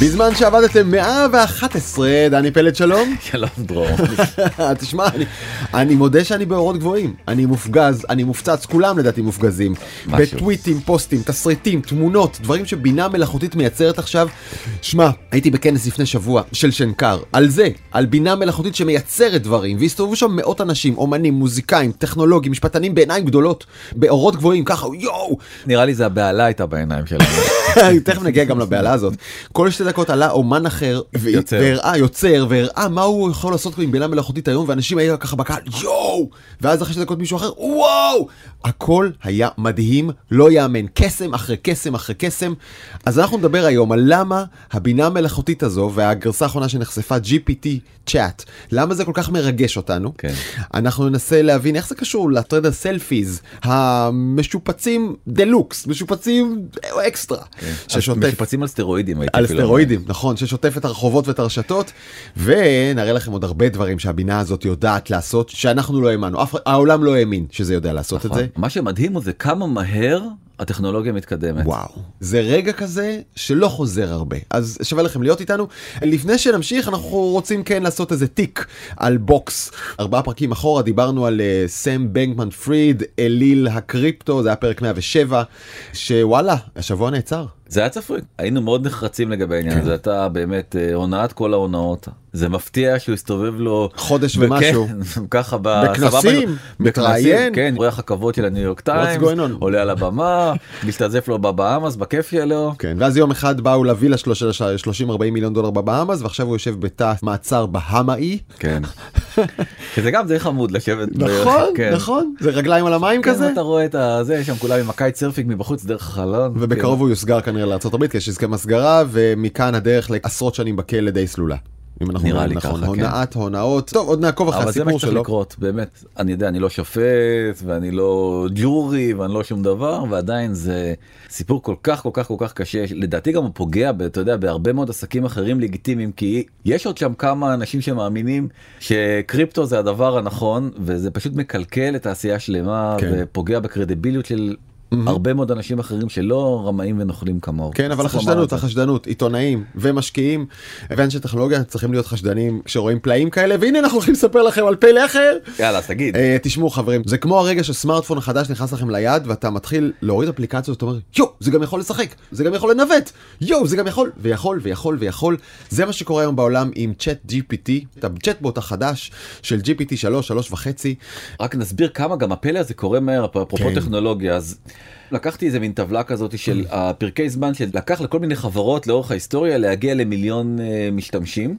בזמן שעבדתם 111, דני פלד, שלום. שלום דרור. תשמע, אני מודה שאני באורות גבוהים. אני מופגז, אני מופצץ, כולם לדעתי מופגזים. בטוויטים, פוסטים, תסריטים, תמונות, דברים שבינה מלאכותית מייצרת עכשיו. שמע, הייתי בכנס לפני שבוע של שנקר, על זה, על בינה מלאכותית שמייצרת דברים, והסתובבו שם מאות אנשים, אומנים, מוזיקאים, טכנולוגים, משפטנים בעיניים גדולות, באורות גבוהים, ככה, יואו. נראה לי זה הבעלה הייתה בעיניים שלנו. תכף נגיע גם לבעלה הזאת. כל 2 דקות עלה אומן אחר והראה מה הוא יכול לעשות עם בינה מלאכותית היום, ואנשים היו ככה בקהל, יואו! ואז אחרי 2 דקות מישהו אחר, וואו! הכל היה מדהים, לא יאמן, קסם אחרי קסם אחרי קסם. אז אנחנו נדבר היום על למה הבינה המלאכותית הזו, והגרסה האחרונה שנחשפה, GPT Chat, למה זה כל כך מרגש אותנו. כן. אנחנו ננסה להבין איך זה קשור לטרנד הסלפיז, המשופצים דלוקס, משופצים אקסטרה. משופצים על סטרואידים. על סטרואידים, נכון, ששוטף את הרחובות ואת הרשתות, ונראה לכם עוד הרבה דברים שהבינה הזאת יודעת לעשות, שאנחנו לא האמנו, העולם לא האמין שזה יודע לעשות את זה. מה שמדהים הוא זה כמה מהר הטכנולוגיה מתקדמת. וואו, זה רגע כזה שלא חוזר הרבה, אז שווה לכם להיות איתנו. לפני שנמשיך, אנחנו רוצים כן לעשות איזה טיק על בוקס. 4 פרקים אחורה דיברנו על סם בנקמן פריד, אליל הקריפטו, זה היה פרק 107, שוואלה, השבוע נעצר. זה היה צפוי, היינו מאוד נחרצים לגבי העניין, זה הייתה באמת הונאת כל ההונאות. זה מפתיע שהוא הסתובב לו חודש ומשהו, ככה בכנסים, מתראיין, כן, רואה הכבוד של הניו יורק טיימס, עולה על הבמה, משתזף לו בבאמאס, בכיף שלו. כן, ואז יום אחד באו להביא ל$30-40 מיליון ועכשיו הוא יושב בתא מעצר בהמאי. כן. שזה גם זה חמוד לשבת. נכון, זה רגליים על המים כזה. אתה רואה את זה, שם כולם עם הקייט סרפינג מבחוץ דרך החלון. ובקרוב הוא יוסגר כנראה לארצות הברית, כי יש הסכם הסגרה, ומכאן הדרך לעשרות שנים בכלא די סלולה. נראה לי ככה, הונאת, הונאות. טוב, עוד נעקוב אחרי הסיפור שלו. אבל זה מה שצריך לקרות, באמת. אני יודע, אני לא שופט, ואני לא ג'ורי, ואני לא שום דבר, ועדיין זה סיפור כל כך, כל כך, כל כך קשה. לדעתי גם הוא פוגע, אתה יודע, בהרבה מאוד עסקים אחרים לגיטימיים, כי יש עוד שם כמה אנשים שמאמינים שקריפטו זה הדבר הנכון, וזה פשוט מקלקל את העשייה שלמה, ופוגע בקרדיביליות של הרבה מאוד אנשים אחרים שלא רמאים ונוכלים כמוהו. כן, אבל החשדנות, עיתונאים ומשקיעים, ואנשי טכנולוגיה צריכים להיות חשדנים כשרואים פלאים כאלה, והנה אנחנו הולכים לספר לכם על פלא אחר. יאללה, אז תגיד. תשמעו חברים, זה כמו הרגע שסמארטפון החדש נכנס לכם ליד, ואתה מתחיל להוריד אפליקציות, ואתה אומר, יו, זה גם יכול לשחק, זה גם יכול לנווט, יו, זה גם יכול, ויכול. זה מה שקורה היום בעולם עם ChatGPT, את הצ'אטבוט החדש של GPT 3.5. רק נסביר כמה גם הפלא הזה קורה מהר, אפרופו טכנולוגיה, אז לקחתי איזה מין טבלה כזאת של הפרקי זמן שלקח לכל מיני חברות לאורך ההיסטוריה להגיע למיליון משתמשים.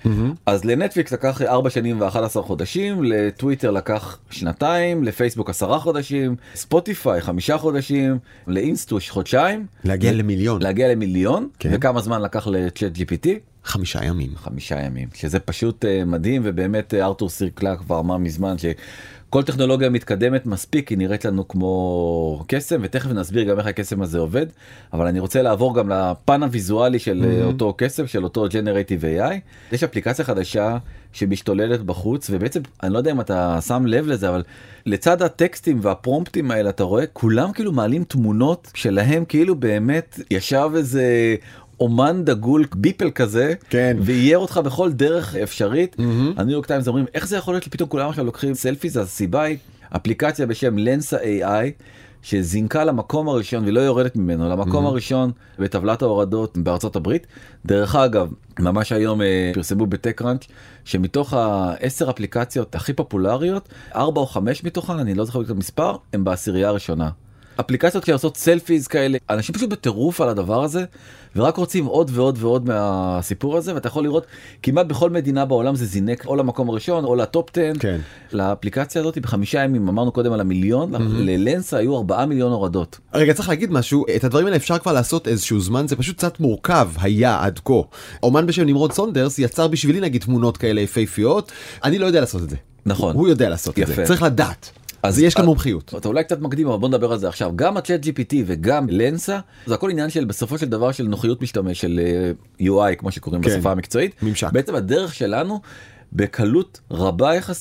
אז לנטפליקס לקח 4 שנים ו11 חודשים, לטוויטר לקח 2, לפייסבוק 10 חודשים, ספוטיפיי 5 חודשים, לאינסטוש 2 חודשים. להגיע למיליון. וכמה זמן לקח לצ'אט GPT? 5 ימים. 5 ימים, שזה פשוט מדהים, ובאמת ארתור סיר קלארק כבר אמר מזמן כל טכנולוגיה מתקדמת מספיק, היא נראית לנו כמו קסם, ותכף נסביר גם איך הקסם הזה עובד, אבל אני רוצה לעבור גם לפן הוויזואלי של אותו קסם, של אותו Generative AI. יש אפליקציה חדשה שמשתוללת בחוץ, ובעצם, אני לא יודע אם אתה שם לב לזה, אבל לצד הטקסטים והפרומפטים האלה, אתה רואה, כולם כאילו מעלים תמונות שלהם, כאילו באמת ישב איזה אומן דגול ביפל כזה, ואייר אותך בכל דרך אפשרית. הניו יורק טיימס אומרים, איך זה יכול להיות שפתאום כולם עכשיו לוקחים סלפיז? אז הסיבה היא אפליקציה בשם לנסה AI, שזינקה למקום הראשון ולא יורדת ממנו, למקום הראשון בטבלת ההורדות בארצות הברית. דרך אגב, ממש היום פרסמו בטקראנץ' שמתוך 10 אפליקציות הכי פופולריות, 4 או 5 מתוכן, אני לא זוכר את המספר, הם בעשירייה הראשונה. אפליקציות שעושות סלפיז כאלה, אנשים פשוט בטירוף על הדבר הזה, ורק רוצים עוד ועוד ועוד מהסיפור הזה, ואתה יכול לראות, כמעט בכל מדינה בעולם זה זינק, או למקום הראשון, או לטופ 10, לאפליקציה הזאת, ב5 ימים, אמרנו קודם על המיליון, ללנסה היו 4 מיליון הורדות. רגע, צריך להגיד משהו, את הדברים האלה אפשר כבר לעשות איזשהו זמן, זה פשוט קצת מורכב, היה עד כה. אומן בשם נמרוד סונדרס יצר בשבילי נגיד תמונות כאלה יפהפיות, אני לא יודע לעשות את זה. נכון. הוא יודע לעשות את זה, צריך לדעת. אז יש כאן מומחיות. אתה אולי קצת מקדים, אבל בוא נדבר על זה עכשיו. גם הצ'אט GPT וגם לנסה, זה הכל עניין של בסופו של דבר של נוחיות משתמש, של UI, כמו שקוראים בשפה המקצועית. ממשק. בעצם הדרך שלנו, בקלות רבה יחסית,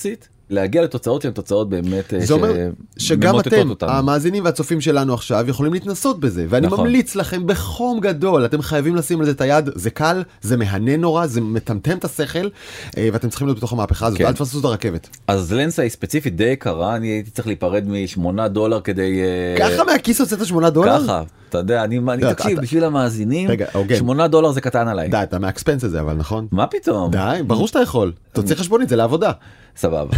להגיע לתוצאות שהן תוצאות באמת זה אומר שגם אתם, המאזינים והצופים שלנו עכשיו, יכולים להתנסות בזה, ואני ממליץ לכם בחום גדול, אתם חייבים לשים על זה את היד, זה קל, זה מהנה נורא, זה מטמטם את השכל, ואתם צריכים להיות בתוך המהפכה הזאת, אל תפסו את הרכבת. אז לנסה היא ספציפית די יקרה, אני הייתי צריך להיפרד $8 כדי... ככה מהכיס הוצאת $8? ככה. אתה יודע, אני תקשיב, בשביל המאזינים, $8 זה קטן עליי. די, אתה מאקספנס את זה, אבל נכון? מה פתאום? די, ברור שאתה יכול. תוציא חשבונית, זה לעבודה. סבבה.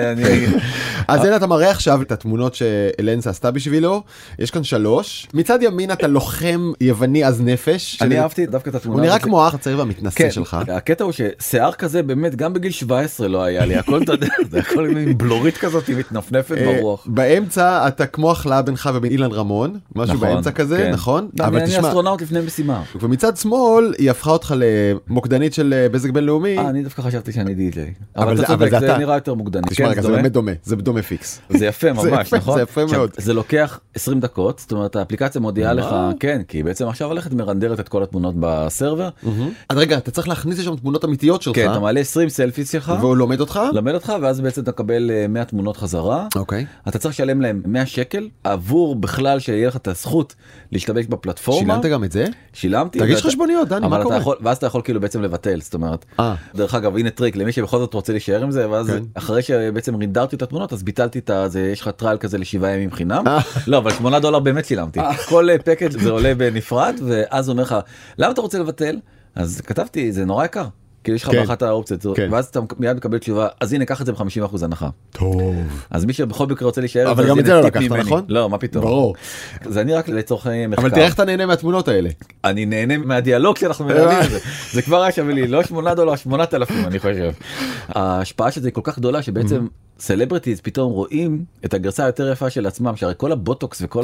אז אלה אתה מראה עכשיו את התמונות שלנסה עשתה בשבילו, יש כאן 3. מצד ימין אתה לוחם יווני אז נפש. אני אהבתי דווקא את התמונה. הוא נראה כמו האח הצעיר והמתנשא שלך. הקטע הוא ששיער כזה באמת גם בגיל 17 לא היה לי, הכל אתה יודע, זה הכל עם בלורית כזאת, היא מתנפנפת ברוח. באמצע אתה כמו החלאה בינך ובין אילן רמון, משהו באמצע כזה, נכון? אני אסטרונאוט לפני משימה. ומצד שמאל היא הפכה אותך למוקדנית של בזק בינלאומי. אני דווקא חשבתי שאני די-ג'יי. אבל אתה צודק, זה נראה יותר מוקדני. תשמע רגע, זה באמת דומה, זה דומה פיקס. זה יפה ממש, נכון? זה יפה מאוד. זה לוקח 20 דקות, זאת אומרת האפליקציה מודיעה לך, כן, כי בעצם עכשיו הולכת מרנדרת את כל התמונות בסרבר. אז רגע, אתה צריך להכניס לשם תמונות אמיתיות שלך. כן, אתה מעלה 20 סלפיס שלך. והוא לומד אותך? לומד אותך, ואז בעצם אתה מקבל 100 תמונות חזרה. אוקיי. אתה צריך לשלם להם $100 עבור בכלל שיהיה לך את הזכות להשתמש בפלטפורמה. שילמת גם את זה? שילמתי. תגיש חשבוניות, דני, מה קורה? ואז אתה יכול כאילו בעצם לבטל, זאת אומרת. דרך אגב, הנה טריק למי שבכל זאת רוצה להישאר עם זה, ואז אחרי שבעצם רינדרתי את התמונות, אז ביטלתי את זה, יש לך טרייל כזה ל7 ימים חינם. לא, אבל $8 באמת שילמתי. כל פקאג' זה עולה בנפרד, ואז הוא אומר לך, למה אתה רוצה לבטל? אז כתבתי, זה נורא יקר. כי יש לך באחת האופציות, ואז אתה מיד מקבל תשובה, אז הנה, קח את זה ב50% הנחה. טוב. אז מי שבכל מקרה רוצה להישאר, אבל גם את זה לא לקחת, נכון? לא, מה פתאום. ברור. זה אני רק לצורכי מחקר. אבל תראה איך אתה נהנה מהתמונות האלה. אני נהנה מהדיאלוג שאנחנו מנהלים את זה. זה כבר היה שווה לי, לא $8, 8,000, אני חושב. ההשפעה של זה היא כל כך גדולה, שבעצם סלבריטיז פתאום רואים את הגרסה היותר יפה של עצמם, שהרי כל הבוטוקס וכל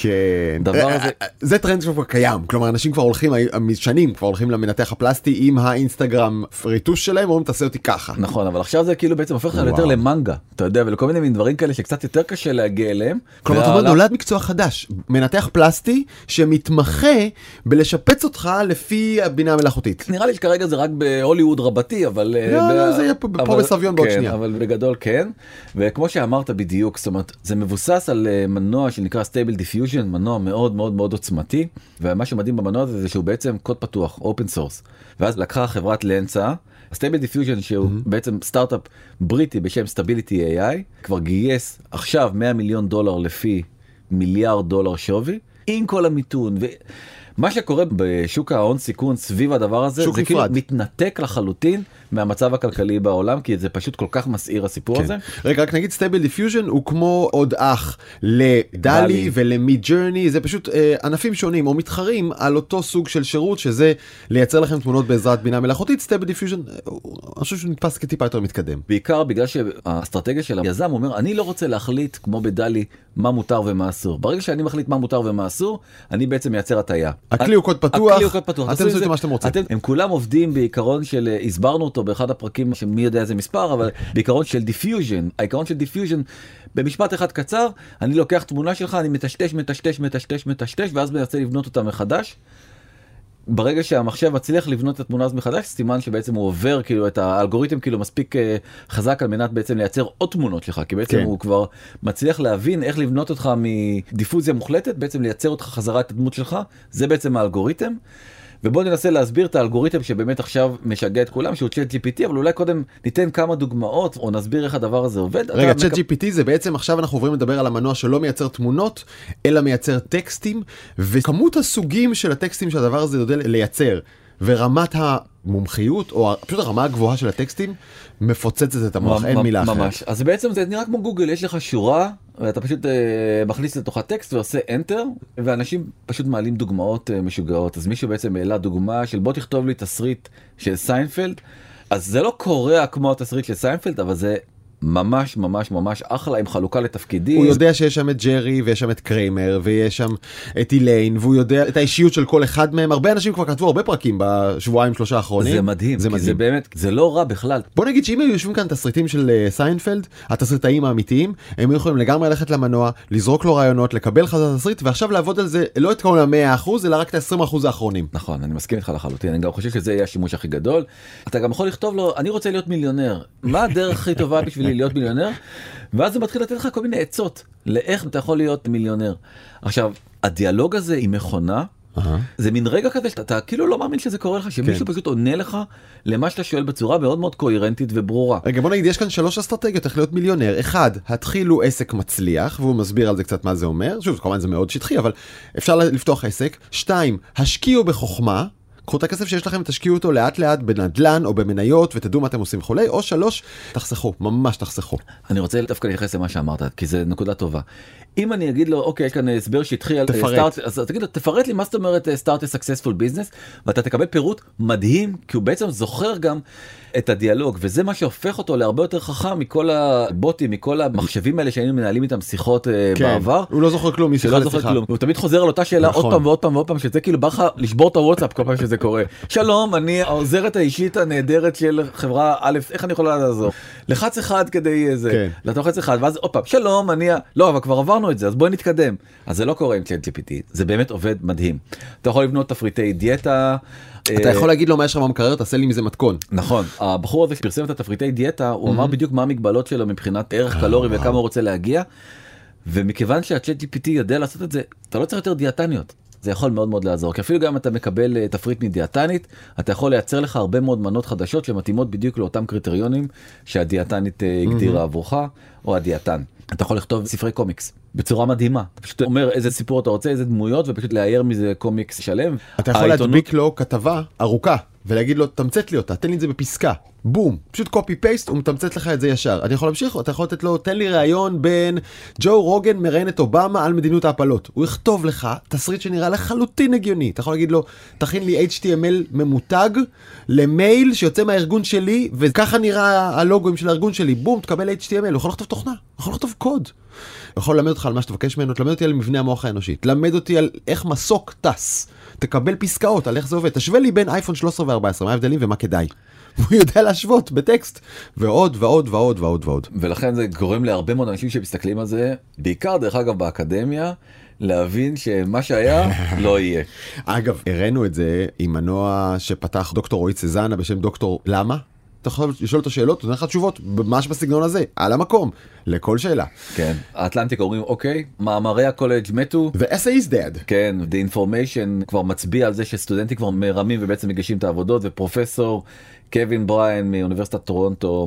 הדבר הזה... זה טרנד שכבר קיים, כלומר אנשים כבר הולכים, שנים כבר הולכים למנתח הפלסטי עם האינסטגרם ריטוש שלהם, אומרים תעשה אותי ככה. נכון, אבל עכשיו זה כאילו בעצם הופך יותר למנגה, אתה יודע, ולכל מיני דברים כאלה שקצת יותר קשה להגיע אליהם. כלומר, אתה אומר, נולד מקצוע חדש, מנתח פלסטי שמתמחה בלשפץ אותך לפי הבינה המלאכותית. נראה לי שכרגע זה רק בהוליווד רבתי, אבל... לא, זה יהיה פה בסביון בעוד שנייה. אבל בגדול כן. וכמו שאמרת בדיוק, זאת אומרת, זה מבוסס על מנוע שנקרא Stable Diffusion, מנוע מאוד מאוד מאוד עוצמתי, ומה שמדהים במנוע הזה זה שהוא בעצם קוד פתוח, open source. ואז לקחה חברת לנסה, Stable Diffusion שהוא בעצם סטארט-אפ בריטי בשם Stability AI, כבר גייס עכשיו $100 מיליון לפי $1 מיליארד שווי, עם כל המיתון מה שקורה בשוק ההון סיכון סביב הדבר הזה, זה כאילו מתנתק לחלוטין מהמצב הכלכלי בעולם, כי זה פשוט כל כך מסעיר הסיפור הזה. רגע, רק נגיד Stable Diffusion הוא כמו עוד אח לדלי ולמיד ג'רני, זה פשוט ענפים שונים או מתחרים על אותו סוג של שירות, שזה לייצר לכם תמונות בעזרת בינה מלאכותית. Stable Diffusion, אני חושב שהוא נתפס כטיפה יותר מתקדם. בעיקר בגלל שהאסטרטגיה של היזם אומר, אני לא רוצה להחליט כמו בדלי מה מותר ומה אסור. ברגע שאני מחליט מה מותר ומה אסור, אני בעצם מייצר הטעיה. הכלי הוא קוד פתוח, אתם עושים מה שאתם רוצים. הם כולם עובדים בעיקרון של, הסברנו אותו באחד הפרקים שמי יודע איזה מספר, אבל בעיקרון של דיפיוז'ן. העיקרון של דיפיוז'ן, במשפט אחד קצר, אני לוקח תמונה שלך, אני מטשטש, ואז מנסה לבנות אותה מחדש. ברגע שהמחשב מצליח לבנות את התמונה הזאת מחדש, סימן שבעצם הוא עובר כאילו את האלגוריתם כאילו מספיק חזק על מנת בעצם לייצר עוד תמונות שלך, כי בעצם הוא כבר מצליח להבין איך לבנות אותך מדיפוזיה מוחלטת, בעצם לייצר אותך חזרה את הדמות שלך, זה בעצם האלגוריתם. ובואו ננסה להסביר את האלגוריתם שבאמת עכשיו משגע את כולם, שהוא ChatGPT, אבל אולי קודם ניתן כמה דוגמאות, או נסביר איך הדבר הזה עובד. רגע, ChatGPT זה בעצם, עכשיו אנחנו עוברים לדבר על המנוע שלא מייצר תמונות, אלא מייצר טקסטים, וכמות הסוגים של הטקסטים שהדבר הזה יודע לייצר, ורמת המומחיות, או פשוט הרמה הגבוהה של הטקסטים, מפוצצת את המוח, אין מילה אחרת. ממש, אז בעצם זה נראה כמו גוגל, יש לך שורה, ואתה פשוט מכניס לתוכה טקסט ועושה Enter, ואנשים פשוט מעלים דוגמאות משוגעות. אז מישהו בעצם העלה דוגמה של בוא תכתוב לי תסריט של סיינפלד, אז זה לא קורא כמו התסריט של סיינפלד, אבל זה ממש ממש ממש אחלה עם חלוקה לתפקידים. הוא יודע שיש שם את ג'רי ויש שם את קריימר ויש שם את איליין, והוא יודע את האישיות של כל אחד מהם. הרבה אנשים כבר כתבו הרבה פרקים בשבועיים שלושה האחרונים. זה מדהים, זה מדהים. זה באמת, זה לא רע בכלל. בוא נגיד שאם היו יושבים כאן תסריטים של סיינפלד, התסריטאים האמיתיים, הם יכולים לגמרי ללכת למנוע, לזרוק לו רעיונות, לקבל חזרת תסריט, ועכשיו לעבוד על זה לא את כל ה-100%, אלא רק את ה-20% האחרונים. נכון, אני מסכים איתך לחלוטין. אני גם חושב שזה יהיה השימוש הכי גדול. אתה גם יכול לכתוב לו, אני רוצה להיות מיליונר. מה הדרך הכי טובה בשבילי לי להיות מיליונר, ואז הוא מתחיל לתת לך כל מיני עצות לאיך אתה יכול להיות מיליונר. עכשיו, הדיאלוג הזה היא מכונה, זה מין רגע כזה שאתה כאילו לא מאמין שזה קורה לך, שמישהו פשוט עונה לך למה שאתה שואל בצורה מאוד מאוד קוהרנטית וברורה. רגע, בוא נגיד, יש כאן 3 אסטרטגיות איך להיות מיליונר. 1, התחילו עסק מצליח, והוא מסביר על זה קצת מה זה אומר. שוב, כמובן זה מאוד שטחי, אבל אפשר לפתוח עסק. 2, השקיעו בחוכמה. קחו את הכסף שיש לכם, תשקיעו אותו לאט לאט בנדלן או במניות ותדעו מה אתם עושים חולי, או 3, תחסכו, ממש תחסכו. אני רוצה דווקא להתייחס למה שאמרת, כי זה נקודה טובה. אם אני אגיד לו, אוקיי, יש כאן הסבר שהתחיל על תפרט. אז תגיד לו, תפרט לי מה זאת אומרת start a successful business, ואתה תקבל פירוט מדהים, כי הוא בעצם זוכר גם את הדיאלוג, וזה מה שהופך אותו להרבה יותר חכם מכל הבוטים, מכל המחשבים האלה שהיינו מנהלים איתם שיחות בעבר. הוא לא זוכר כלום, הוא תמיד חוזר על אותה שאלה עוד פעם ועוד פעם ועוד פעם, שזה כאילו בא לך לשבור את הוואטסאפ כל פעם שזה קורה. שלום, אני העוזרת האישית הנהדרת של חברה א', איך אני יכולה לעזור? לחץ אחד כדי זה, לתוחץ אחד, ואז עוד פעם, שלום, לא, אבל כבר עברנו את זה, אז בואי נתקדם. אז זה לא קורה עם ChatGPT, זה באמת עובד מדהים. אתה יכול לבנות תפריטי דיאטה, אתה יכול להגיד לו מה יש לך במקרר, תעשה לי מזה מתכון. נכון, הבחור הזה שפרסם את התפריטי דיאטה, הוא אמר בדיוק מה המגבלות שלו מבחינת ערך קלורי וכמה הוא רוצה להגיע, ומכיוון שה-ChatGPT יודע לעשות את זה, אתה לא צריך יותר דיאטניות. זה יכול מאוד מאוד לעזור, כי אפילו גם אתה מקבל תפריט מדיאטנית, אתה יכול לייצר לך הרבה מאוד מנות חדשות שמתאימות בדיוק לאותם קריטריונים שהדיאטנית הגדירה עבורך, או הדיאטן. אתה יכול לכתוב ספרי קומיקס בצורה מדהימה. אתה פשוט אומר איזה סיפור אתה רוצה, איזה דמויות, ופשוט לאייר מזה קומיקס שלם. אתה יכול להדביק לו כתבה ארוכה, ולהגיד לו, תמצאת לי אותה, תן לי את זה בפסקה. בום, פשוט קופי פייסט, הוא מתמצת לך את זה ישר. אני יכול להמשיך, אתה יכול לתת לו, תן לי ראיון בין ג'ו רוגן מראיין את אובמה על מדיניות ההפלות. הוא יכתוב לך תסריט שנראה לחלוטין הגיוני. אתה יכול להגיד לו, תכין לי HTML ממותג למייל שיוצא מהארגון שלי, וככה נראה הלוגוים של הארגון שלי. בום, תקבל HTML. הוא יכול לכתוב תוכנה, הוא יכול לכתוב קוד. הוא יכול ללמד אותך על מה שתבקש ממנו, תלמד אותי על מבנה המוח האנושי, תלמד אותי על איך מסוק טס, תקבל פסקאות על איך זה עובד, תשווה לי בין אייפון 13 ו-14, מה ההבדלים ומה כדאי. הוא יודע להשוות בטקסט, ועוד ועוד ועוד ועוד ועוד. ולכן זה גורם להרבה מאוד אנשים שמסתכלים על זה, בעיקר דרך אגב באקדמיה, להבין שמה שהיה לא יהיה. אגב, הראינו את זה עם מנוע שפתח דוקטור רועי צזנה בשם דוקטור למה? אתה יכול לשאול את השאלות, אתה נראה לך תשובות, ממש בסגנון הזה, על המקום, לכל שאלה. כן, האטלנטיק אומרים, אוקיי, מאמרי הקולג' מתו. The essay is dead. כן, the information כבר מצביע על זה שסטודנטים כבר מרמים ובעצם מגישים את העבודות, ופרופסור קווין בריין מאוניברסיטת טורונטו,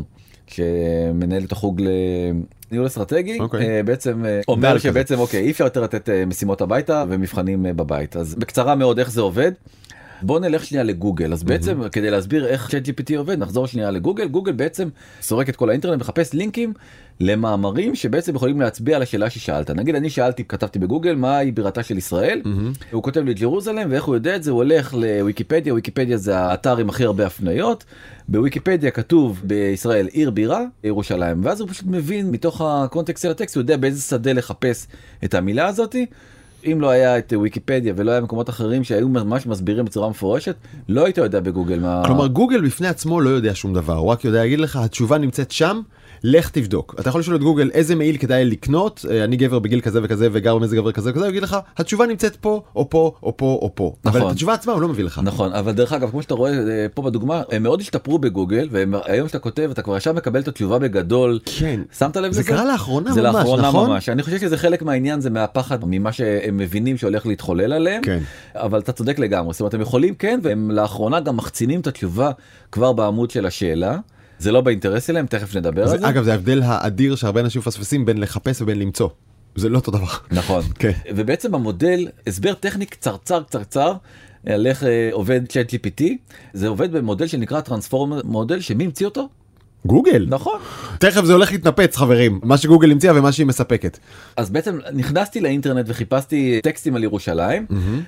שמנהל את החוג לניהול אסטרטגי, בעצם אומר שבעצם, אוקיי, אי אפשר יותר לתת משימות הביתה ומבחנים בבית. אז בקצרה מאוד איך זה עובד. בוא נלך שנייה לגוגל. אז בעצם כדי להסביר איך ChatGPT עובד, נחזור שנייה לגוגל. גוגל בעצם סורק את כל האינטרנט מחפש לינקים למאמרים שבעצם יכולים להצביע על השאלה ששאלת. נגיד אני שאלתי, כתבתי בגוגל מה היא בירתה של ישראל, הוא כותב לי ג'רוזלם, ואיך הוא יודע את זה? הוא הולך לוויקיפדיה, וויקיפדיה זה האתר עם הכי הרבה הפניות, בוויקיפדיה כתוב בישראל עיר בירה, ירושלים, ואז הוא פשוט מבין מתוך הקונטקסט של הטקסט, הוא יודע באיזה שדה לחפש את המילה הזאת. אם לא היה את וויקיפדיה ולא היה מקומות אחרים שהיו ממש מסבירים בצורה מפורשת, לא היית יודע בגוגל מה... כלומר, גוגל בפני עצמו לא יודע שום דבר, הוא רק יודע להגיד לך, התשובה נמצאת שם, לך תבדוק. אתה יכול לשאול את גוגל איזה מעיל כדאי לקנות, אני גבר בגיל כזה וכזה וגר במזג אוויר כזה וכזה, הוא יגיד לך, התשובה נמצאת פה, או פה, או פה, או פה. נכון. אבל את התשובה עצמה הוא לא מביא לך. נכון, אבל דרך אגב, כמו שאתה רואה פה בדוגמה, הם מאוד השתפרו בגוגל, והיום שאתה כותב, אתה כבר ישר מקבל את התשובה בגדול. כן. שמת לב לזה? זה קרה לאחרונה זה ממש, לאחרונה נכון? ממש. אני חושב שזה חלק מהעניין, זה מהפחד, ממה שהם מבינים שהולך להתחולל עליהם. כן. אבל אתה צודק לגמרי. זאת אומרת, הם יכולים, כן, והם לאחרונה גם מחצינים את התשובה כבר בעמוד של השאלה. זה לא באינטרס שלהם, תכף נדבר על זה. אגב, זה ההבדל האדיר שהרבה אנשים מפספסים בין לחפש ובין למצוא. זה לא אותו דבר. נכון. כן. ובעצם המודל, הסבר טכני קצרצר, על איך עובד ChatGPT, זה עובד במודל שנקרא טרנספורמר מודל, שמי המציא אותו? גוגל. נכון. תכף זה הולך להתנפץ, חברים. מה שגוגל המציאה ומה שהיא מספקת. אז בעצם נכנסתי לאינטרנט וחיפשתי טקסטים על ירושלים,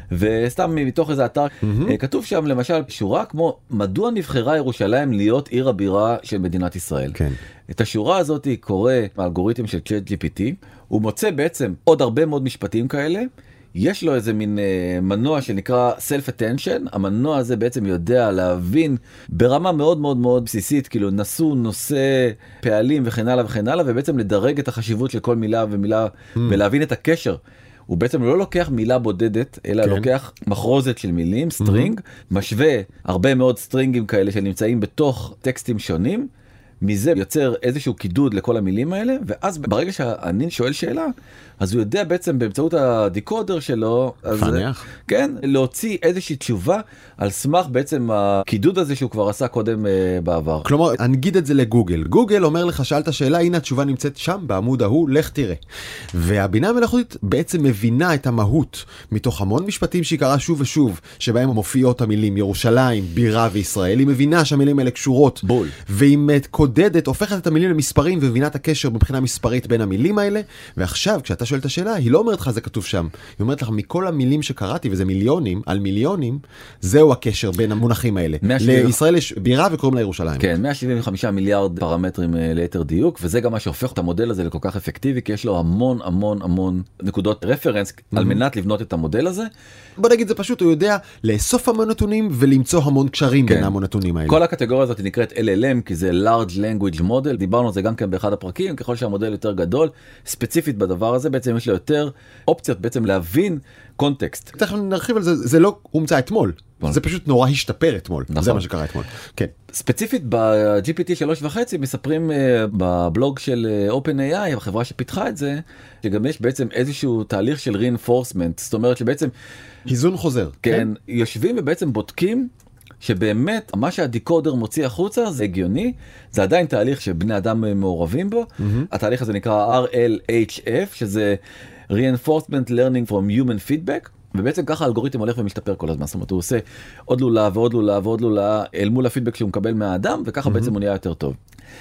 וסתם מתוך איזה אתר, כתוב שם למשל שורה כמו, מדוע נבחרה ירושלים להיות עיר הבירה של מדינת ישראל? כן. את השורה הזאת קורא האלגוריתם של ChatGPT, הוא מוצא בעצם עוד הרבה מאוד משפטים כאלה, יש לו איזה מין מנוע שנקרא self-attention, המנוע הזה בעצם יודע להבין ברמה מאוד מאוד מאוד בסיסית, כאילו נשוא, נושא, פעלים וכן הלאה וכן הלאה, ובעצם לדרג את החשיבות של כל מילה ומילה, ולהבין את הקשר. הוא בעצם לא לוקח מילה בודדת, אלא לוקח מחרוזת של מילים, סטרינג, משווה הרבה מאוד סטרינגים כאלה שנמצאים בתוך טקסטים שונים, מזה יוצר איזשהו קידוד לכל המילים האלה, ואז ברגע שהנין שואל שאלה, אז הוא יודע בעצם באמצעות הדיקודר שלו, פניח. כן, להוציא איזושהי תשובה על סמך בעצם הקידוד הזה שהוא כבר עשה קודם בעבר. כלומר, נגיד את זה לגוגל. גוגל אומר לך, שאלת שאלה, הנה התשובה נמצאת שם, בעמוד ההוא, לך תראה. והבינה המלאכותית בעצם מבינה את המהות, מתוך המון משפטים שהיא קראה שוב ושוב, שבהם מופיעות המילים ירושלים, בירה וישראל, היא מבינה שהמילים האלה קשורות. בול. והיא קודדת, הופכת את המילים למספרים, ומבינה את הקשר מבחינה מספרית בין המילים האלה, ועכשיו, כשאתה שואל את השאלה, היא לא אומרת לך זה כתוב שם. היא אומרת לך, מכל המילים שקראתי, וזה מיליונים, על מיליונים, זהו הקשר בין המונחים האלה. לישראל יש בירה וקוראים לה ירושלים. כן, 175 מיליארד פרמטרים ליתר דיוק, וזה גם מה שהופך את המודל הזה לכל כך אפקטיבי, כי יש לו המון המון המון נקודות רפרנס על מנת לבנות את המודל הזה. בוא נגיד זה פשוט, הוא יודע לאסוף המון נתונים ולמצוא המון קשרים בין המון נתונים האלה. כל הקטגוריה הזאת נקראת LLM, כי זה Large Language Model, דיברנו על זה גם כן באחד הפרקים, ככל שהמודל יותר גדול, ספציפית בדבר הזה, בעצם יש לו יותר אופציות בעצם להבין קונטקסט. תכף נרחיב על זה, זה לא הומצא אתמול, זה פשוט נורא השתפר אתמול, זה מה שקרה אתמול. כן. ספציפית ב-GPT 3.5 מספרים בבלוג של OpenAI, החברה שפיתחה את זה, שגם יש בעצם איזשהו תהליך של reinforcement, זאת אומרת שבעצם היזון חוזר. כן, יושבים ובעצם בודקים שבאמת מה שהדיקודר מוציא החוצה זה הגיוני, זה עדיין תהליך שבני אדם מעורבים בו, התהליך הזה נקרא RLHF, שזה Reinforcement Learning from Human Feedback, ובעצם ככה האלגוריתם הולך ומשתפר כל הזמן, זאת אומרת הוא עושה עוד לולה ועוד לולה ועוד לולה אל מול הפידבק שהוא מקבל מהאדם, וככה בעצם הוא נהיה יותר טוב.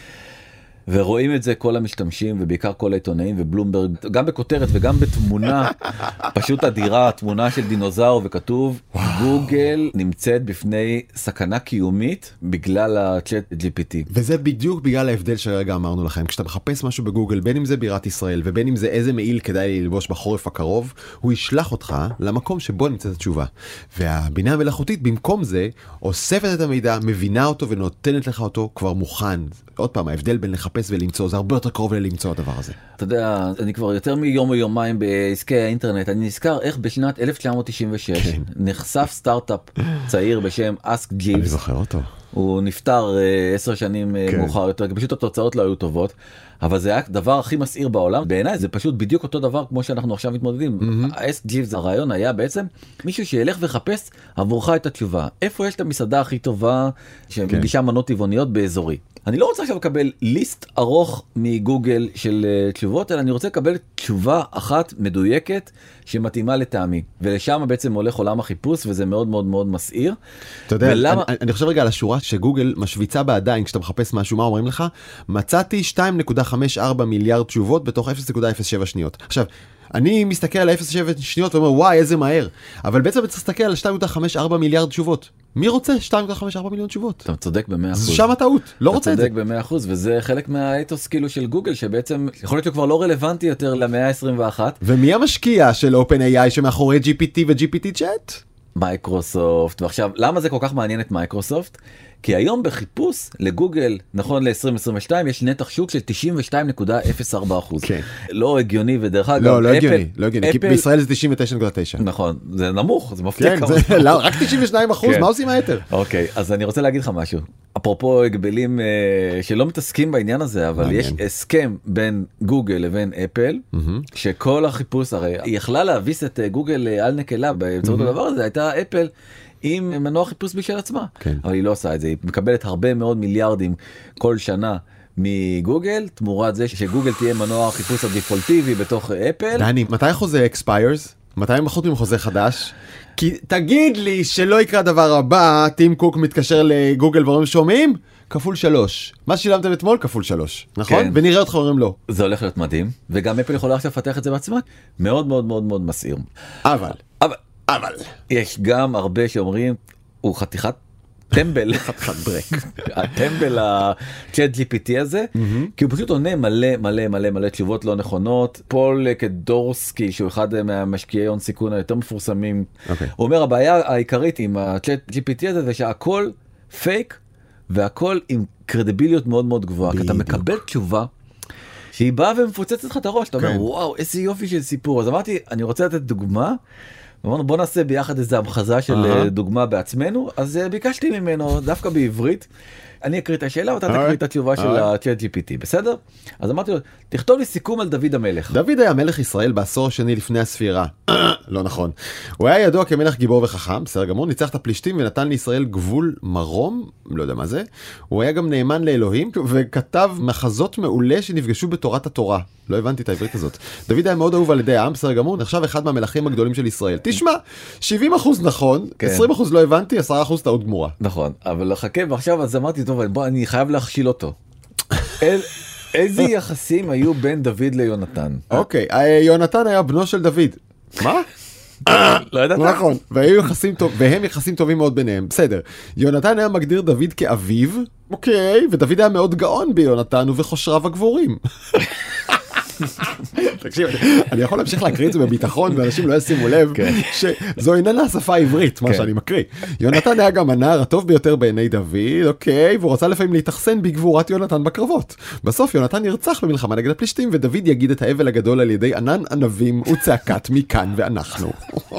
ורואים את זה כל המשתמשים ובעיקר כל העיתונאים ובלומברג, גם בכותרת וגם בתמונה פשוט אדירה, תמונה של דינוזאור וכתוב גוגל נמצאת בפני סכנה קיומית בגלל הצ'אט GPT. וזה בדיוק בגלל ההבדל שרגע אמרנו לכם, כשאתה מחפש משהו בגוגל, בין אם זה בירת ישראל ובין אם זה איזה מעיל כדאי ללבוש בחורף הקרוב, הוא ישלח אותך למקום שבו נמצאת התשובה. והבינה המלאכותית במקום זה אוספת את המידע, מבינה אותו ונותנת לך אותו כבר מוכן. עוד פעם, ההבדל בין לחפש ולמצוא, זה הרבה יותר קרוב ללמצוא הדבר הזה. אתה יודע, אני כבר יותר מיום או יומיים בעסקי האינטרנט, אני נזכר איך בשנת 1996 נחשף סטארט-אפ צעיר בשם Ask Jeeves. אני זוכר אותו. הוא נפטר 10 שנים מאוחר יותר, פשוט התוצאות לא היו טובות, אבל זה היה הדבר הכי מסעיר בעולם. בעיניי זה פשוט בדיוק אותו דבר כמו שאנחנו עכשיו מתמודדים. Ask Jeeves, הרעיון היה בעצם מישהו שילך וחפש עבורך את התשובה. איפה יש את המסעדה הכי טובה שמגישה מנות טבעוניות באזורי? אני לא רוצה עכשיו לקבל ליסט ארוך מגוגל של תשובות, אלא אני רוצה לקבל תשובה אחת מדויקת שמתאימה לטעמי. ולשם בעצם הולך עולם החיפוש, וזה מאוד מאוד מאוד מסעיר. אתה יודע, ולמה... אני חושב רגע על השורה שגוגל משוויצה בעדיין, כשאתה מחפש משהו, מה אומרים לך? מצאתי 2.54 מיליארד תשובות בתוך 0.07 שניות. עכשיו, אני מסתכל על 0.7 שניות ואומר, וואי, איזה מהר. אבל בעצם צריך להסתכל על 2.54 מיליארד תשובות. מי רוצה 2.54 מיליון תשובות? אתה צודק ב100%. זה שם הטעות, לא רוצה את זה. אתה צודק ב100%, וזה חלק מהאתוס כאילו של גוגל, שבעצם יכול להיות שהוא כבר לא רלוונטי יותר למאה ה-21. ומי המשקיע של OpenAI שמאחורי GPT ו-GPT Chat? מייקרוסופט. ועכשיו, למה זה כל כך מעניין את מייקרוסופט? כי היום בחיפוש לגוגל, נכון ל-2022, יש נתח שוק של 92.04%. כן. לא הגיוני, ודרך אגב, לא הגיוני, לא הגיוני, כי בישראל זה 99.9. נכון, זה נמוך, זה מפתיע כמה. כן, רק 92%, מה עושים היתר? אוקיי, אז אני רוצה להגיד לך משהו. אפרופו הגבלים שלא מתעסקים בעניין הזה, אבל יש הסכם בין גוגל לבין אפל, שכל החיפוש, הרי היא יכלה להביס את גוגל על נקלה באמצעות הדבר הזה, הייתה אפל, עם מנוע חיפוש בשביל עצמה. כן. אבל היא לא עושה את זה, היא מקבלת הרבה מאוד מיליארדים כל שנה מגוגל, תמורת זה שגוגל תהיה מנוע חיפוש הדפולטיבי בתוך אפל. דני, מתי החוזה expires? מתי הם בחוץ עם חוזה חדש? כי תגיד לי שלא יקרה דבר הבא, טים קוק מתקשר לגוגל ואומרים שומעים? כפול 3. מה ששילמתם אתמול? כפול 3. נכון? כן. ונראה אותך אומרים לא. זה הולך להיות מדהים, וגם אפל יכולה עכשיו לפתח את זה בעצמה. מאוד מאוד מאוד מאוד מסעיר. אבל יש גם הרבה שאומרים, הוא חתיכת טמבל, חתיכת ברק. הטמבל הצ'אט GPT הזה, כי הוא פשוט עונה מלא מלא מלא מלא תשובות לא נכונות. פול קדורסקי, שהוא אחד מהמשקיעי הון סיכון היותר מפורסמים, הוא אומר, הבעיה העיקרית עם הצ'אט GPT הזה, זה שהכל פייק, והכל עם קרדיביליות מאוד מאוד גבוהה. כי אתה מקבל תשובה, שהיא באה ומפוצצת לך את הראש, אתה אומר, וואו, איזה יופי של סיפור. אז אמרתי, אני רוצה לתת דוגמה, אמרנו בוא נעשה ביחד איזה המחזה של דוגמה בעצמנו, אז ביקשתי ממנו דווקא בעברית אני אקריא את השאלה ואתה תקריא את התשובה של ה-Chat GPT, בסדר? אז אמרתי לו, תכתוב לי סיכום על דוד המלך. דוד היה מלך ישראל בעשור השני לפני הספירה. לא נכון. הוא היה ידוע כמלך גיבור וחכם, בסדר גמור, ניצח את הפלישתים ונתן לישראל גבול מרום, לא יודע מה זה. הוא היה גם נאמן לאלוהים וכתב מחזות מעולה שנפגשו בתורת התורה. לא הבנתי את העברית הזאת. דוד היה מאוד אהוב על ידי העם, בסדר גמור, נחשב אחד מהמלכים הגדולים של ישראל. תשמע, 70% נכון, 20% לא הבנתי, 10% טעות גמורה. נכון, אבל חכה, ועכשיו אז אמרתי, טוב, בוא, אני חייב להכשיל אותו. איזה יחסים היו בין דוד ליונתן? אוקיי, יונתן היה בנו של דוד. מה? לא ידעת? נכון, והם יחסים טובים מאוד ביניהם, בסדר. יונתן היה מגדיר דוד כאביו, אוקיי, ודוד היה מאוד גאון ביונתן ובחושריו הגבורים. תקשיב, אני יכול להמשיך להקריא את זה בביטחון ואנשים לא ישימו לב שזו איננה השפה העברית, מה שאני מקריא. יונתן היה גם הנער הטוב ביותר בעיני דוד, אוקיי, והוא רצה לפעמים להתאכסן בגבורת יונתן בקרבות. בסוף יונתן נרצח במלחמה נגד הפלישתים ודוד יגיד את האבל הגדול על ידי ענן ענבים וצעקת מכאן ואנחנו.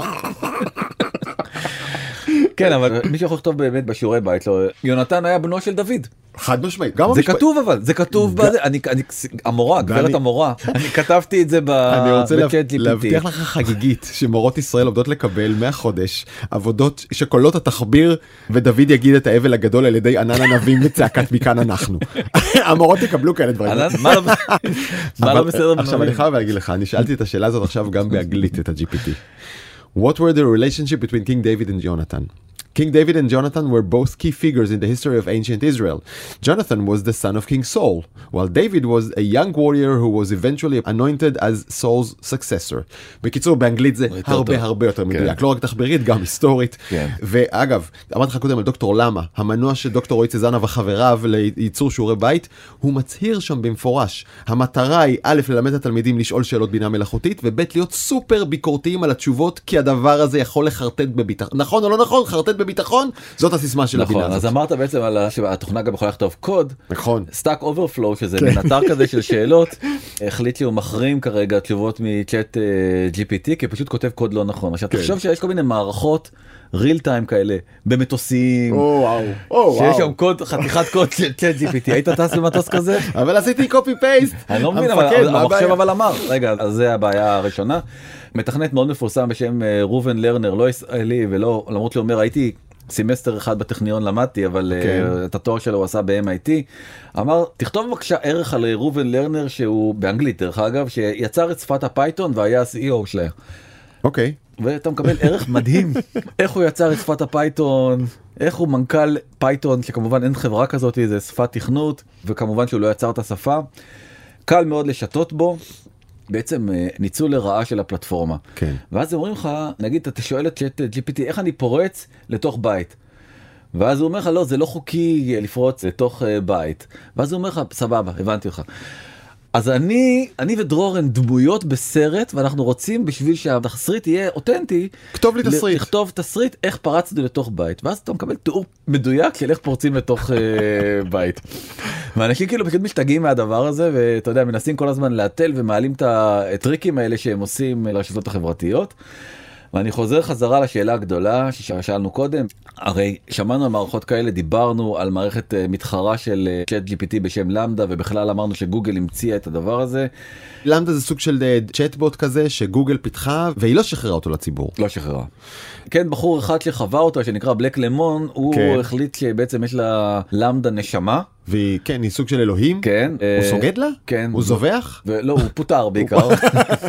כן, אבל מישהו יכול לכתוב באמת בשיעורי בית, יונתן היה בנו של דוד. חד משמעית. זה כתוב אבל, זה כתוב, המורה, גברת המורה, אני כתבתי את זה אני רוצה להבטיח לך חגיגית שמורות ישראל עובדות לקבל מהחודש עבודות שכוללות התחביר ודוד יגיד את האבל הגדול על ידי ענן ענבים וצעקת מכאן אנחנו. המורות יקבלו כאלה דברים. מה לא בסדר? עכשיו אני חייב להגיד לך, אני שאלתי את השאלה הזאת עכשיו גם באנגלית את ה-GPT. What were the relationship between King David and Jonathan? King David and Jonathan were both key figures in the history of ancient Israel. Jonathan was the son of King Saul, while David was a young warrior who was eventually anointed as Saul's successor. בקיצור, באנגלית זה הרבה יותר מדויק, לא רק תחבירית, גם היסטורית. ואגב, אמרתי לך קודם על דוקטור למה, המנוע של דוקטור רועי צזנה וחבריו לייצור שיעורי בית, הוא מצהיר שם במפורש. המטרה היא א', ללמד את התלמידים לשאול שאלות בינה מלאכותית, וב', להיות סופר ביקורתיים על התשובות, כי הדבר הזה יכול לחרטט בביטחון. נכון או לא נכון? חרטט בביטחון, זאת הסיסמה של הבינה הזאת. אז אמרת בעצם על שהתוכנה גם יכולה לכתוב קוד. נכון. Stack Overflow, שזה מנתר כזה של שאלות, החליט שהוא מחרים כרגע תשובות מ-Chat GPT, כי פשוט כותב קוד לא נכון. עכשיו, תחשוב שיש כל מיני מערכות real time כאלה, במטוסים, שיש שם קוד, חתיכת קוד של Chat GPT. היית טס במטוס כזה? אבל עשיתי copy paste. אני לא מבין, אבל המחשב אבל אמר. רגע, אז זה הבעיה הראשונה. מתכנת מאוד מפורסם בשם רובן לרנר, לא ישראלי, ולא, למרות שהוא אומר, הייתי סמסטר אחד בטכניון למדתי, אבל את התואר שלו הוא עשה ב-MIT, אמר, תכתוב בבקשה ערך על רובן לרנר, שהוא באנגלית דרך אגב, שיצר את שפת הפייתון והיה ה-CEO שלה. אוקיי. ואתה מקבל ערך מדהים, איך הוא יצר את שפת הפייתון, איך הוא מנכ"ל פייתון, שכמובן אין חברה כזאת, זה שפת תכנות, וכמובן שהוא לא יצר את השפה. קל מאוד לשתות בו, בעצם ניצול לרעה של הפלטפורמה. כן. ואז אומרים לך, נגיד, אתה שואל את GPT, איך אני פורץ לתוך בית? ואז הוא אומר לך, לא, זה לא חוקי לפרוץ לתוך בית. ואז הוא אומר לך, סבבה, הבנתי אותך. אז אני ודרור הן דמויות בסרט, ואנחנו רוצים בשביל שהתסריט יהיה אותנטי, כתוב לי תסריט. לכתוב תסריט איך פרצנו לתוך בית, ואז אתה מקבל תיאור מדויק של איך פורצים לתוך בית. ואנשים כאילו פשוט משתגעים מהדבר הזה, ואתה יודע, מנסים כל הזמן להתל ומעלים את הטריקים האלה שהם עושים לרשתות החברתיות. ואני חוזר חזרה לשאלה הגדולה ששאלנו קודם, הרי שמענו על מערכות כאלה, דיברנו על מערכת מתחרה של Chat GPT בשם למדה, ובכלל אמרנו שגוגל המציאה את הדבר הזה. למדה זה סוג של צ'אטבוט כזה שגוגל פיתחה, והיא לא שחררה אותו לציבור. לא שחררה. כן, בחור אחד שחווה אותו, שנקרא בלק למון, הוא החליט שבעצם יש לה למדה נשמה. והיא, כן, היא סוג של אלוהים. כן. הוא סוגד לה? כן. הוא זובח? לא, הוא פוטר בעיקר. הוא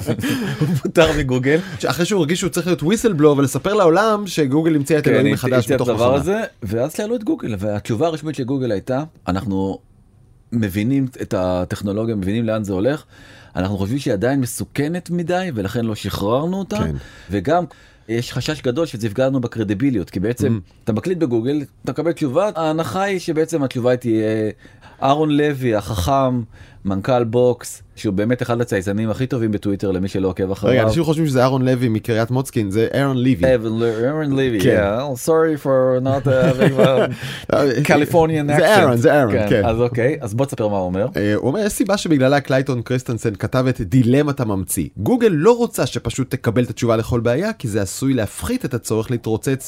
פוטר מגוגל. אחרי שהוא הרגיש שהוא צריך להיות וויסלבלו, ולספר לעולם שגוגל המציאה את אלוהים מחדש בתוך מכונה. ואז שאלו את גוגל, והתשובה הרשמית של גוגל הייתה, אנחנו מבינים את הטכנולוגיה, מבינים לאן זה הולך, אנחנו חושבים שהיא עדיין מסוכנת מדי, ולכן לא שחררנו אותה, וגם יש חשש גדול שזה יפגע לנו בקרדיביליות, כי בעצם אתה מקליט בגוגל, אתה מקבל תשובה, ההנחה היא שבעצם התשובה תהיה אהרון לוי, החכם, מנכ"ל בוקס, שהוא באמת אחד הצייצנים הכי טובים בטוויטר למי שלא עוקב אחריו. רגע, אנשים חושבים שזה אהרון לוי מקריית מוצקין, זה אהרון לוי. אהרון לוי, yeah. Sorry for not having a Californian accent. זה אהרון, כן. אז אוקיי, אז בוא תספר מה הוא אומר. הוא אומר, יש סיבה שבגללה קלייטון קריסטנסן כתב את דילמת הממציא. גוגל לא רוצה שפשוט תקבל את התשובה לכל בעיה, כי זה עשוי להפחית את הצורך להתרוצץ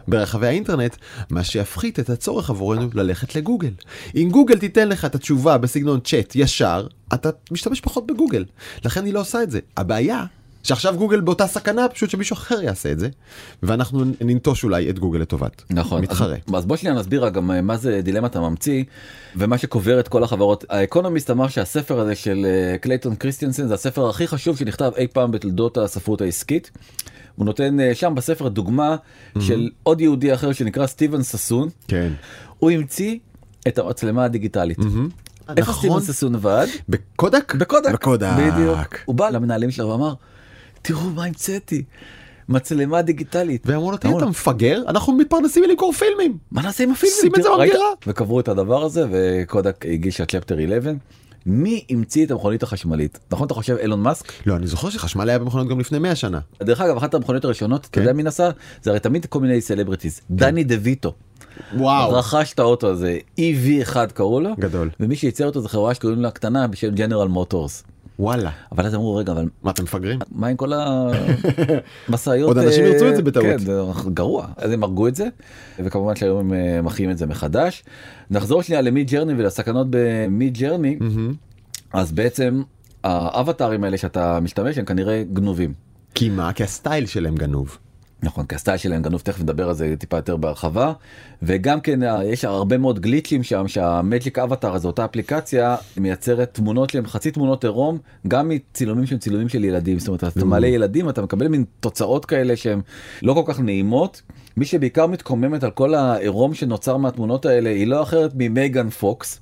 ברחבי האינטרנט, מה שיפחית את הצורך עבורנו ללכת לגוגל. אם גוגל תיתן לך את התשובה בסגנון צ'אט ישר, אתה משתמש פחות בגוגל. לכן היא לא עושה את זה. הבעיה שעכשיו גוגל באותה סכנה, פשוט שמישהו אחר יעשה את זה, ואנחנו ננטוש אולי את גוגל לטובת. נכון. מתחרה. אז בוא שנייה נסביר גם מה זה דילמת הממציא, ומה שקובר את כל החברות. האקונומיסט אמר שהספר הזה של קלייטון קריסטיאנסן, זה הספר הכי חשוב שנכתב אי פעם בתולדות הספרות העסקית. הוא נותן שם בספר דוגמה של עוד יהודי אחר שנקרא סטיבן ססון. כן. הוא המציא את המצלמה הדיגיטלית. איפה סטיבן ססון עבד? בקודק? בקודק. בדיוק. הוא בא למנהלים שלו ואמר, תראו מה המצאתי, מצלמה דיגיטלית. ואמרו לו, אתה מפגר? אנחנו מתפרנסים למכור פילמים. מה נעשה עם הפילמים? שים את זה במגירה. וקברו את הדבר הזה, וקודק הגישה צ'פטר 11. מי המציא את המכונית החשמלית? נכון אתה חושב אילון מאסק? לא, אני זוכר שחשמל היה במכונות גם לפני 100 שנה. דרך אגב, אחת המכוניות הראשונות, אתה יודע מי נסע? זה הרי תמיד כל מיני סלבריטיז. דני דוויטו. וואו. רכש את האוטו הזה, EV1 קראו לו. גדול. ומי שייצר אותו זה חברה שקוראים לה קטנה בשם ג'נרל מוטורס. וואלה. אבל אז אמרו, רגע, אבל... מה, אתם מפגרים? מה עם כל המסעיות? עוד אנשים ירצו את זה בטעות. כן, זה גרוע. אז הם הרגו את זה, וכמובן שהיום הם מחיים את זה מחדש. נחזור שנייה למי ג'רני ולסכנות במי ג'רני. אז בעצם האבטרים האלה שאתה משתמש הם כנראה גנובים. כי מה? כי הסטייל שלהם גנוב. נכון, כי הסטייל שלהם גנוב, תכף נדבר על זה טיפה יותר בהרחבה, וגם כן יש הרבה מאוד גליצ'ים שם, שהמג'יק אבטר הזה, אותה אפליקציה, מייצרת תמונות שהם חצי תמונות עירום, גם מצילומים שהם צילומים של ילדים, זאת אומרת, אתה מעלה ילדים, אתה מקבל מין תוצאות כאלה שהן לא כל כך נעימות. מי שבעיקר מתקוממת על כל העירום שנוצר מהתמונות האלה, היא לא אחרת ממייגן פוקס.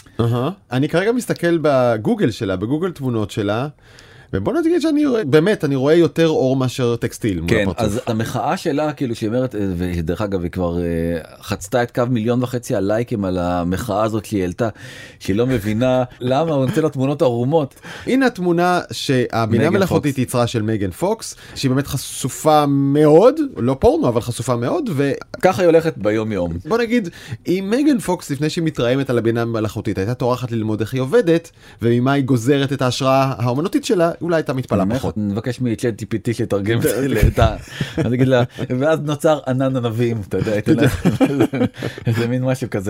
אני כרגע מסתכל בגוגל שלה, בגוגל תמונות שלה, ובוא נגיד שאני רואה, באמת, אני רואה יותר אור מאשר טקסטיל. כן, אז המחאה שלה, כאילו שהיא אומרת, ודרך אגב, היא כבר חצתה את קו 1.5 מיליון הלייקים על המחאה הזאת שהיא העלתה, שהיא לא מבינה למה הוא נותן לה תמונות ערומות. הנה התמונה שהבינה מלאכותית יצרה של מייגן פוקס, שהיא באמת חשופה מאוד, לא פורנו, אבל חשופה מאוד, ככה היא הולכת ביום יום. בוא נגיד, אם מייגן פוקס, לפני שהיא מתרעמת על הבינה מלאכותית, הייתה טורחת ללמוד איך היא עובדת, וממה היא גוזרת את ההשראה האומנותית שלה, אולי הייתה מתפלה פחות. נבקש מ-Chat GPT שתרגם את ה... אני אגיד לה, ואז נוצר ענן ענבים, אתה יודע, איזה מין משהו כזה.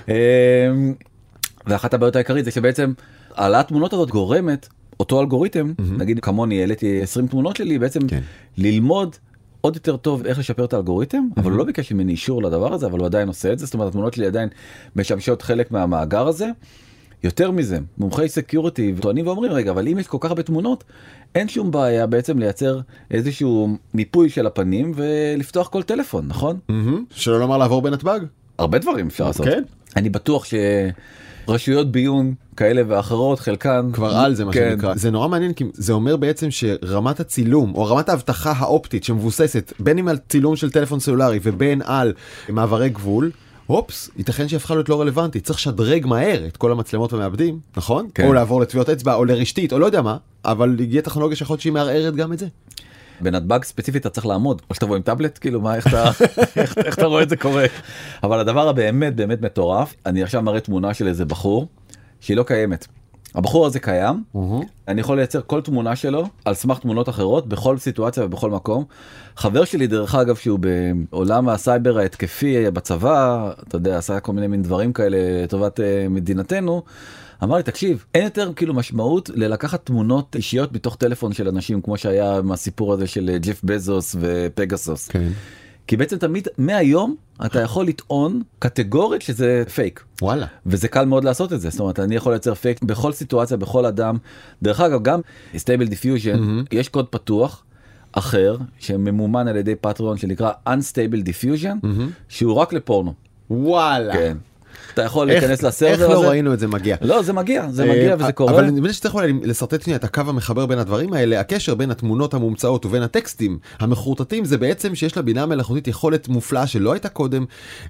ואחת הבעיות העיקרית זה שבעצם העלאת תמונות הזאת גורמת, אותו אלגוריתם, נגיד כמוני העליתי 20 תמונות שלי, בעצם ללמוד עוד יותר טוב איך לשפר את האלגוריתם, אבל הוא לא ביקש ממני אישור לדבר הזה, אבל הוא עדיין עושה את זה, זאת אומרת, התמונות שלי עדיין משמשות חלק מהמאגר הזה. יותר מזה, מומחי סקיוריטי טוענים ואומרים, רגע, אבל אם יש כל כך הרבה תמונות, אין שום בעיה בעצם לייצר איזשהו מיפוי של הפנים ולפתוח כל טלפון, נכון? שלא לומר לעבור בנתב"ג. הרבה דברים אפשר לעשות. כן. אני בטוח שרשויות ביון כאלה ואחרות, חלקן... כבר על זה מה שנקרא. זה נורא מעניין, כי זה אומר בעצם שרמת הצילום, או רמת האבטחה האופטית שמבוססת, בין אם על צילום של טלפון סלולרי ובין על מעברי גבול, אופס, ייתכן שהפכה להיות לא רלוונטית, צריך שדרג מהר את כל המצלמות ומעבדים, נכון? כן. או לעבור לטביעות אצבע, או לרשתית, או לא יודע מה, אבל הגיעה טכנולוגיה שיכול להיות שהיא מערערת גם את זה. בנתב"ג ספציפית אתה צריך לעמוד, או שתבוא עם טאבלט, כאילו מה, איך אתה רואה את זה קורה? אבל הדבר הבאמת באמת מטורף, אני עכשיו מראה תמונה של איזה בחור, שהיא לא קיימת. הבחור הזה קיים, אני יכול לייצר כל תמונה שלו על סמך תמונות אחרות בכל סיטואציה ובכל מקום. חבר שלי דרך אגב שהוא בעולם הסייבר ההתקפי בצבא, אתה יודע, עשה כל מיני מין דברים כאלה לטובת מדינתנו, אמר לי תקשיב, אין יותר כאילו משמעות ללקחת תמונות אישיות בתוך טלפון של אנשים כמו שהיה מהסיפור הזה של ג'ף בזוס ופגסוס. כן. כי בעצם תמיד מהיום אתה יכול לטעון קטגורית שזה פייק. וואלה. וזה קל מאוד לעשות את זה. זאת אומרת, אני יכול לייצר פייק בכל סיטואציה, בכל אדם. דרך אגב, גם Stable Diffusion, יש קוד פתוח אחר, שממומן על ידי פטריון, שנקרא Unstable Diffusion, שהוא רק לפורנו. וואלה. כן. אתה יכול להיכנס לסרבר הזה. איך לא ראינו את זה מגיע? לא, זה מגיע וזה קורה. אבל אני מבין שצריך אולי לסרטט שנייה את הקו המחבר בין הדברים האלה, הקשר בין התמונות המומצאות ובין הטקסטים המחורטטים, זה בעצם שיש לבינה המלאכותית יכולת מופלאה שלא הייתה קודם,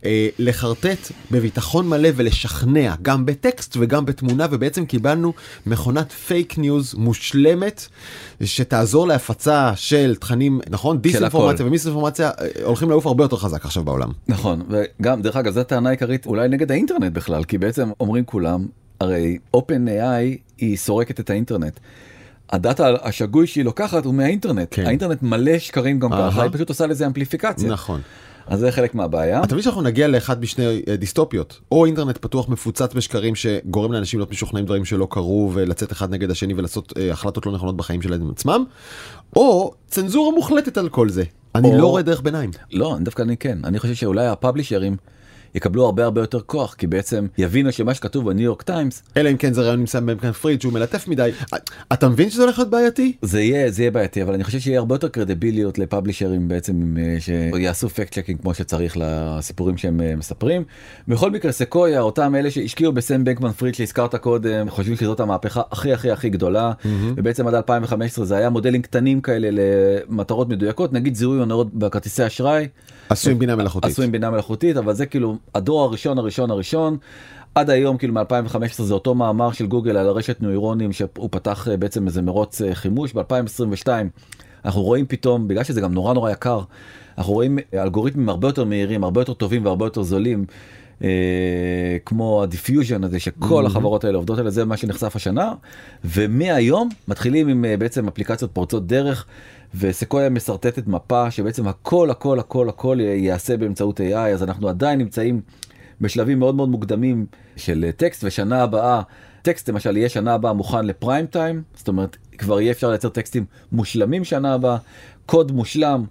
לחרטט בביטחון מלא ולשכנע, גם בטקסט וגם בתמונה, ובעצם קיבלנו מכונת פייק ניוז מושלמת, שתעזור להפצה של תכנים, נכון? דיסאינפורמציה ומיסאינפורמציה הולכים לעוף הרבה יותר חזק עכשיו בעולם. נכון, וגם דרך אגב, זו הטענה העיקרית אולי נגד האינטרנט בכלל, כי בעצם אומרים כולם, הרי OpenAI היא סורקת את האינטרנט. הדאטה השגוי שהיא לוקחת הוא מהאינטרנט. כן. האינטרנט מלא שקרים גם ככה, היא פשוט עושה לזה אמפליפיקציה. נכון. אז זה חלק מהבעיה. אתה מבין שאנחנו נגיע לאחד משני דיסטופיות, או אינטרנט פתוח מפוצץ בשקרים שגורם לאנשים להיות משוכנעים דברים שלא קרו ולצאת אחד נגד השני ולעשות החלטות לא נכונות בחיים שלהם עצמם, או צנזורה מוחלטת על כל זה. אני לא רואה דרך ביניים. לא, דווקא אני כן. אני חושב שאולי הפאבלישרים יקבלו הרבה יותר כוח, כי בעצם יבינו שמה שכתוב בניו יורק טיימס, אלא אם כן זה רעיון נמצא במקן פריד שהוא מלטף מדי. אתה מבין שזה הולך להיות בעייתי? זה יהיה בעייתי, אבל אני חושב שיהיה הרבה יותר קרדיביליות לפאבלישרים בעצם שיעשו פקט צ'קינג כמו שצריך לסיפורים שהם מספרים. בכל מקרה סקויה, אותם אלה שהשקיעו בסם בנקמן פריד שהזכרת קודם, חושבים שזאת המהפכה הכי גדולה, ובעצם עד 2015 זה היה מודלים קטנים כאלה למטרות מדויקות, נגיד זיהוי הונאות בכרטיסי אשראי. עשויים בינה מלאכותית. עשויים בינה מלאכותית, אבל זה כאילו הדור הראשון. עד היום, כאילו מ-2015 זה אותו מאמר של גוגל על הרשת נוירונים שהוא פתח בעצם איזה מרוץ חימוש. ב-2022 אנחנו רואים פתאום, בגלל שזה גם נורא יקר, אנחנו רואים אלגוריתמים הרבה יותר מהירים, הרבה יותר טובים והרבה יותר זולים, כמו הדיפיוז'ן הזה שכל החברות האלה עובדות עליו, זה מה שנחשף השנה, ומהיום מתחילים עם בעצם אפליקציות פורצות דרך, וסקויה מסרטטת מפה שבעצם הכל יעשה באמצעות AI, אז אנחנו עדיין נמצאים בשלבים מאוד מוקדמים של טקסט, ושנה הבאה, טקסט למשל יהיה שנה הבאה מוכן לפריים טיים, זאת אומרת כבר יהיה אפשר לייצר טקסטים מושלמים שנה הבאה, קוד מושלם,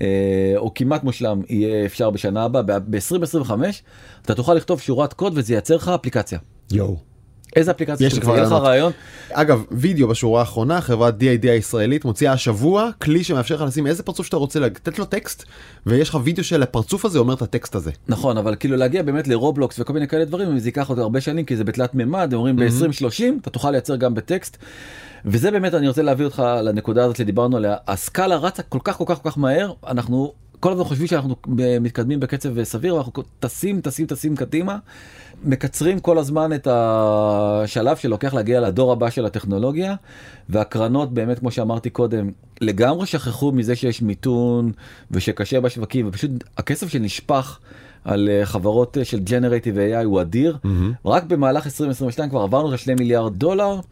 או כמעט מושלם יהיה אפשר בשנה הבאה, ב-2025 אתה תוכל לכתוב שורת קוד וזה ייצר לך אפליקציה. איזה אפליקציה? יש כבר רעיון. אגב, וידאו בשורה האחרונה, חברת D.I.D הישראלית מוציאה השבוע כלי שמאפשר לך לשים איזה פרצוף שאתה רוצה, לתת לו טקסט, ויש לך וידאו של הפרצוף הזה אומר את הטקסט הזה. נכון, אבל כאילו להגיע באמת לרובלוקס וכל מיני כאלה דברים, זה ייקח עוד הרבה שנים, כי זה בתלת ממד, הם אומרים ב-2030, אתה תוכל לייצר גם בטקסט, וזה באמת אני רוצה להביא אותך לנקודה הזאת שדיברנו עליה, הסקאלה רצה כל כך מהר, אנחנו כל הזמן חושבים שאנחנו מתקדמים בקצב סביר, ואנחנו טסים קדימה, מקצרים כל הזמן את השלב שלוקח להגיע לדור הבא של הטכנולוגיה, והקרנות באמת, כמו שאמרתי קודם, לגמרי שכחו מזה שיש מיתון ושקשה בשווקים, ופשוט הכסף שנשפך על חברות של Generative AI הוא אדיר. רק במהלך 2022 כבר עברנו את $2 מיליארד.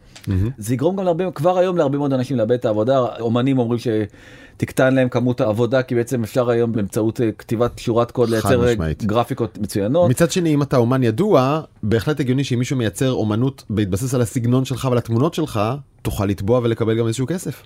זה יגרום גם כבר היום להרבה מאוד אנשים לאבד את העבודה. אומנים אומרים שתקטן להם כמות העבודה, כי בעצם אפשר היום באמצעות כתיבת שורת קוד לייצר גרפיקות מצוינות. מצד שני, אם אתה אומן ידוע, בהחלט הגיוני שאם מישהו מייצר אומנות בהתבסס על הסגנון שלך ועל התמונות שלך, תוכל לתבוע ולקבל גם איזשהו כסף.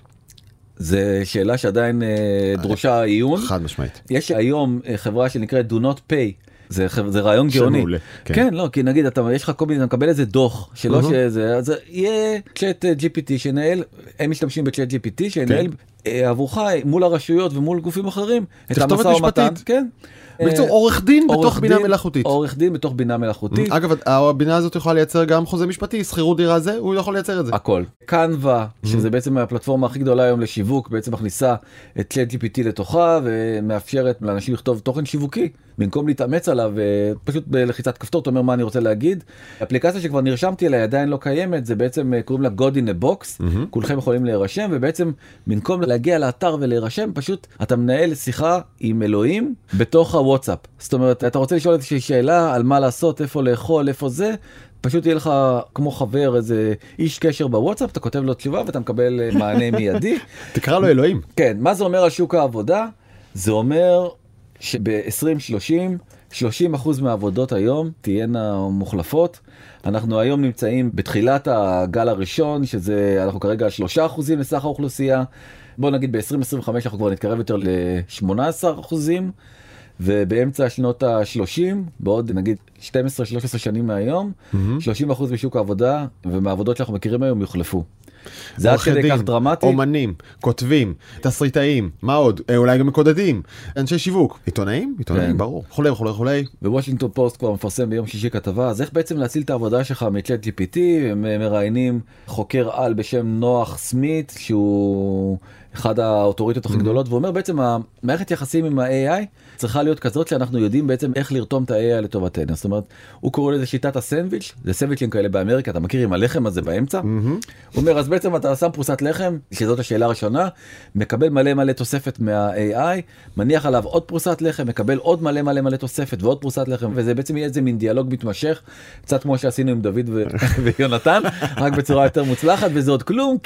זה שאלה שעדיין דרושה עיון. חד משמעית. יש היום חברה שנקראת Do Not Pay. זה רעיון גאוני. כן, לא, כי נגיד, יש לך כל מיני, אתה מקבל איזה דוח, שלא שזה, אז יהיה צ'אט GPT שנהל, הם משתמשים בצ'אט GPT שנהל עבורך מול הרשויות ומול גופים אחרים, את המשא ומתן. כן. בקיצור, עורך דין בתוך בינה מלאכותית. עורך דין בתוך בינה מלאכותית. אגב, הבינה הזאת יכולה לייצר גם חוזה משפטי, שכירות דירה זה, הוא יכול לייצר את זה. הכל. קנווה, שזה בעצם הפלטפורמה הכי גדולה היום לשיווק, בעצם מכניסה את ChatGPT לתוכה, ומאפשרת לאנשים לכתוב תוכן שיווקי, במקום להתאמץ עליו, ופשוט בלחיצת כפתור, אתה אומר מה אני רוצה להגיד. האפליקציה שכבר נרשמתי אליה עדיין לא קיימת, זה בעצם קוראים לה God in a Box, כולכם יכולים להירשם, ובעצם במקום להגיע לאתר ולהירשם, פשוט אתה מנהל שיחה עם אלוהים בתוך הוואטסאפ. זאת אומרת, אתה רוצה לשאול איזושהי שאלה על מה לעשות, איפה לאכול, איפה זה, פשוט יהיה לך כמו חבר איזה איש קשר בוואטסאפ, אתה כותב לו תשובה ואתה מקבל מענה מיידי. תקרא לו אלוהים. כן, מה זה אומר על שוק העבודה? זה אומר שב-2030, 30% מהעבודות היום תהיינה מוחלפות. אנחנו היום נמצאים בתחילת הגל הראשון, שזה, אנחנו כרגע על 3% לסך האוכלוסייה. בוא נגיד ב-2025 אנחנו כבר נתקרב יותר ל-18%, ובאמצע שנות ה-30, בעוד נגיד 12-13 שנים מהיום, 30% בשוק העבודה, ומהעבודות שאנחנו מכירים היום יוחלפו. זה עד כדי כך דרמטי. אומנים, כותבים, תסריטאים, מה עוד? אולי גם מקודדים, אנשי שיווק, עיתונאים, ברור, וכולי. בוושינגטון פוסט כבר מפרסם ביום שישי כתבה, אז איך בעצם להציל את העבודה שלך מצ'אט GPT, הם מראיינים חוקר על בשם נוח סמית, שהוא אחד האוטוריטות הכי גדולות, ואומר בעצם המערכת יחסים עם ה-AI צריכה להיות כזאת שאנחנו יודעים בעצם איך לרתום את ה-AI לטובתנו. זאת אומרת, הוא קורא לזה שיטת הסנדוויץ', זה סנדוויצ'ים כאלה באמריקה, אתה מכיר עם הלחם הזה באמצע? הוא אומר, אז בעצם אתה שם פרוסת לחם, שזאת השאלה הראשונה, מקבל מלא תוספת מה-AI, מניח עליו עוד פרוסת לחם, מקבל עוד מלא תוספת ועוד פרוסת לחם, וזה בעצם יהיה איזה מין דיאלוג מתמשך, קצת כמו שעשינו עם דוד ויונתן, רק בצורה יותר מוצלחת, וזה עוד כלום, כי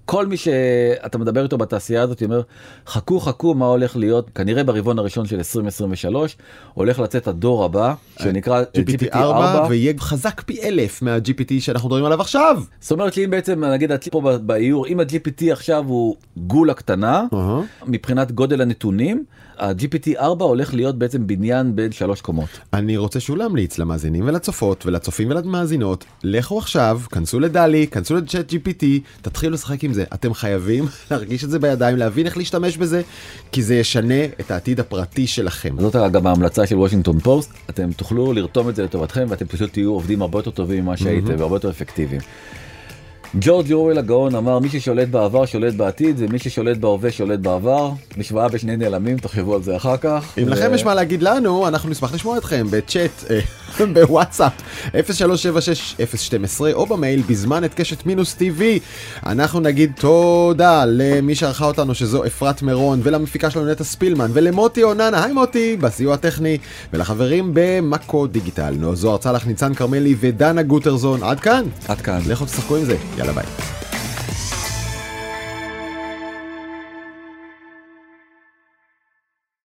כל מי שאתה מדבר איתו בתעשייה הזאת אומר, חכו מה הולך להיות, כנראה ברבעון הראשון של 2023, הולך לצאת הדור הבא, שנקרא GPT-4, ויהיה חזק פי 1000 מה-GPT שאנחנו מדברים עליו עכשיו. זאת אומרת שאם בעצם, נגיד פה באיור, אם ה-GPT עכשיו הוא גולה קטנה, מבחינת גודל הנתונים, ה-GPT-4 הולך להיות בעצם בניין בין 3 קומות. אני רוצה שוב להמליץ למאזינים ולצופות ולצופים ולמאזינות, לכו עכשיו, כנסו לדלי, כנסו לצ'אט GPT, תתחילו לשחק עם זה. אתם חייבים להרגיש את זה בידיים, להבין איך להשתמש בזה, כי זה ישנה את העתיד הפרטי שלכם. זאת גם ההמלצה של וושינגטון פוסט, אתם תוכלו לרתום את זה לטובתכם, ואתם פשוט תהיו עובדים הרבה יותר טובים ממה שהייתם, והרבה יותר אפקטיביים. ג'ורג' אורוול הגאון אמר, מי ששולט בעבר שולט בעתיד, ומי ששולט בהווה שולט בעבר. משוואה בשני נעלמים, תחשבו על זה אחר כך. אם לכם יש מה להגיד לנו, אנחנו נשמח לשמוע אתכם בצ'אט, בוואטסאפ, 0376-012, או במייל בזמן את קשת מינוס TV. אנחנו נגיד תודה למי שערכה אותנו, שזו אפרת מירון, ולמפיקה שלנו נטע ספילמן, ולמוטי אוננה, היי מוטי, בסיוע הטכני, ולחברים במקו דיגיטל, זוהר צלח, ניצן קרמלי ודנה גוטרזון. עד כאן. עד כאן. לכו תשחקו עם זה. יאללה ביי.